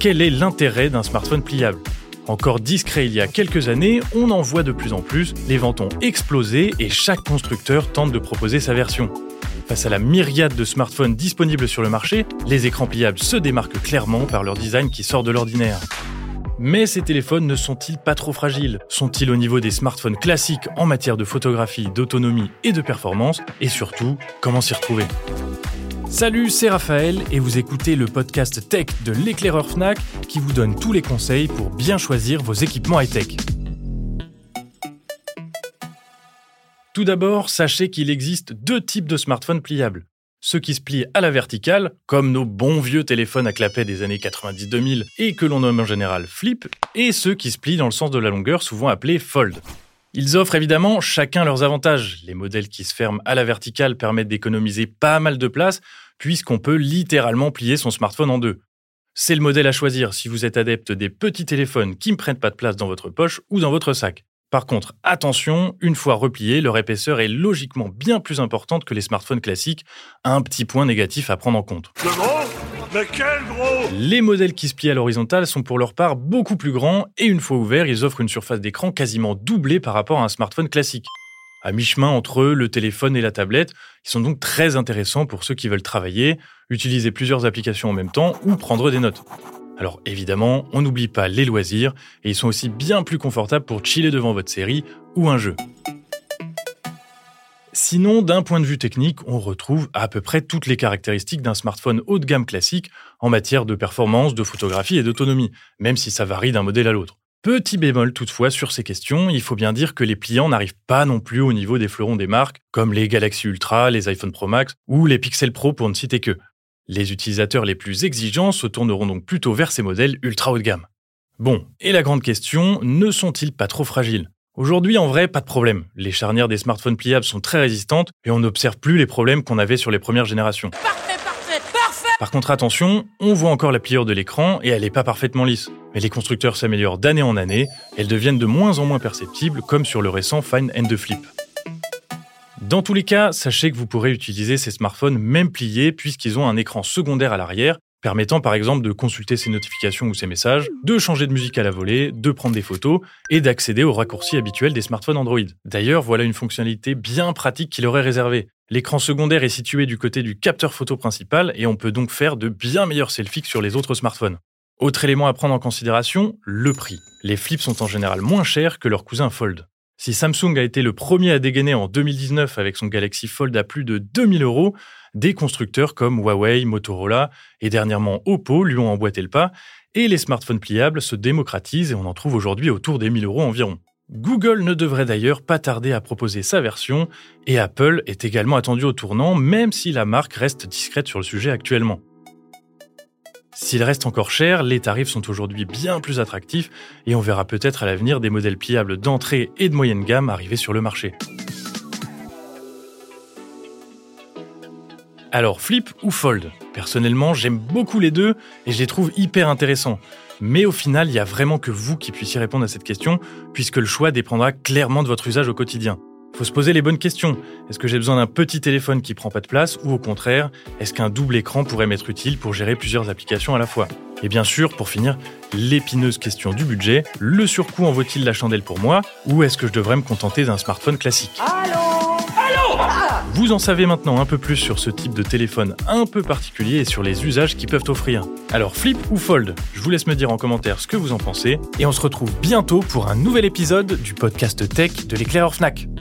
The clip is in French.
quel est l'intérêt d'un smartphone pliable ? Encore discret il y a quelques années, on en voit de plus en plus, les ventes ont explosé et chaque constructeur tente de proposer sa version. Face à la myriade de smartphones disponibles sur le marché, les écrans pliables se démarquent clairement par leur design qui sort de l'ordinaire. Mais ces téléphones ne sont-ils pas trop fragiles ? Sont-ils au niveau des smartphones classiques en matière de photographie, d'autonomie et de performance ? Et surtout, comment s'y retrouver ? Salut, c'est Raphaël et vous écoutez le podcast Tech de l'éclaireur Fnac qui vous donne tous les conseils pour bien choisir vos équipements high-tech. Tout d'abord, sachez qu'il existe deux types de smartphones pliables. Ceux qui se plient à la verticale, comme nos bons vieux téléphones à clapet des années 90-2000 et que l'on nomme en général flip, et ceux qui se plient dans le sens de la longueur, souvent appelés fold. Ils offrent évidemment chacun leurs avantages. Les modèles qui se ferment à la verticale permettent d'économiser pas mal de place, puisqu'on peut littéralement plier son smartphone en deux. C'est le modèle à choisir si vous êtes adepte des petits téléphones qui ne prennent pas de place dans votre poche ou dans votre sac. Par contre, attention, une fois repliés, leur épaisseur est logiquement bien plus importante que les smartphones classiques, un petit point négatif à prendre en compte. Le gros ? Mais quel gros ? Les modèles qui se plient à l'horizontale sont pour leur part beaucoup plus grands et une fois ouverts, ils offrent une surface d'écran quasiment doublée par rapport à un smartphone classique. À mi-chemin entre le téléphone et la tablette, ils sont donc très intéressants pour ceux qui veulent travailler, utiliser plusieurs applications en même temps ou prendre des notes. Alors évidemment, on n'oublie pas les loisirs et ils sont aussi bien plus confortables pour chiller devant votre série ou un jeu. Sinon, d'un point de vue technique, on retrouve à peu près toutes les caractéristiques d'un smartphone haut de gamme classique en matière de performance, de photographie et d'autonomie, même si ça varie d'un modèle à l'autre. Petit bémol toutefois sur ces questions, il faut bien dire que les pliants n'arrivent pas non plus au niveau des fleurons des marques, comme les Galaxy Ultra, les iPhone Pro Max ou les Pixel Pro pour ne citer que. Les utilisateurs les plus exigeants se tourneront donc plutôt vers ces modèles ultra haut de gamme. Bon, et la grande question, ne sont-ils pas trop fragiles ? Aujourd'hui, en vrai, pas de problème. Les charnières des smartphones pliables sont très résistantes et on n'observe plus les problèmes qu'on avait sur les premières générations. Parfait. Par contre, attention, on voit encore la pliure de l'écran et elle n'est pas parfaitement lisse. Mais les constructeurs s'améliorent d'année en année, elles deviennent de moins en moins perceptibles, comme sur le récent Find & Flip. Dans tous les cas, sachez que vous pourrez utiliser ces smartphones même pliés puisqu'ils ont un écran secondaire à l'arrière, permettant par exemple de consulter ses notifications ou ses messages, de changer de musique à la volée, de prendre des photos et d'accéder aux raccourcis habituels des smartphones Android. D'ailleurs, voilà une fonctionnalité bien pratique qui leur est réservée. L'écran secondaire est situé du côté du capteur photo principal et on peut donc faire de bien meilleurs selfies que sur les autres smartphones. Autre élément à prendre en considération, le prix. Les flips sont en général moins chers que leurs cousins Fold. Si Samsung a été le premier à dégainer en 2019 avec son Galaxy Fold à plus de 2000 €, des constructeurs comme Huawei, Motorola et dernièrement Oppo lui ont emboîté le pas et les smartphones pliables se démocratisent et on en trouve aujourd'hui autour des 1000 € environ. Google ne devrait d'ailleurs pas tarder à proposer sa version et Apple est également attendu au tournant même si la marque reste discrète sur le sujet actuellement. S'il reste encore cher, les tarifs sont aujourd'hui bien plus attractifs et on verra peut-être à l'avenir des modèles pliables d'entrée et de moyenne gamme arriver sur le marché. Alors, flip ou fold ? Personnellement, j'aime beaucoup les deux et je les trouve hyper intéressants. Mais au final, il n'y a vraiment que vous qui puissiez répondre à cette question puisque le choix dépendra clairement de votre usage au quotidien. Il faut se poser les bonnes questions. Est-ce que j'ai besoin d'un petit téléphone qui prend pas de place ou au contraire, est-ce qu'un double écran pourrait m'être utile pour gérer plusieurs applications à la fois ? Et bien sûr, pour finir, l'épineuse question du budget, le surcoût en vaut-il la chandelle pour moi ou est-ce que je devrais me contenter d'un smartphone classique ? Allô ? Vous en savez maintenant un peu plus sur ce type de téléphone un peu particulier et sur les usages qu'ils peuvent offrir. Alors flip ou fold ? Je vous laisse me dire en commentaire ce que vous en pensez et on se retrouve bientôt pour un nouvel épisode du podcast Tech de l'éclaireur Fnac.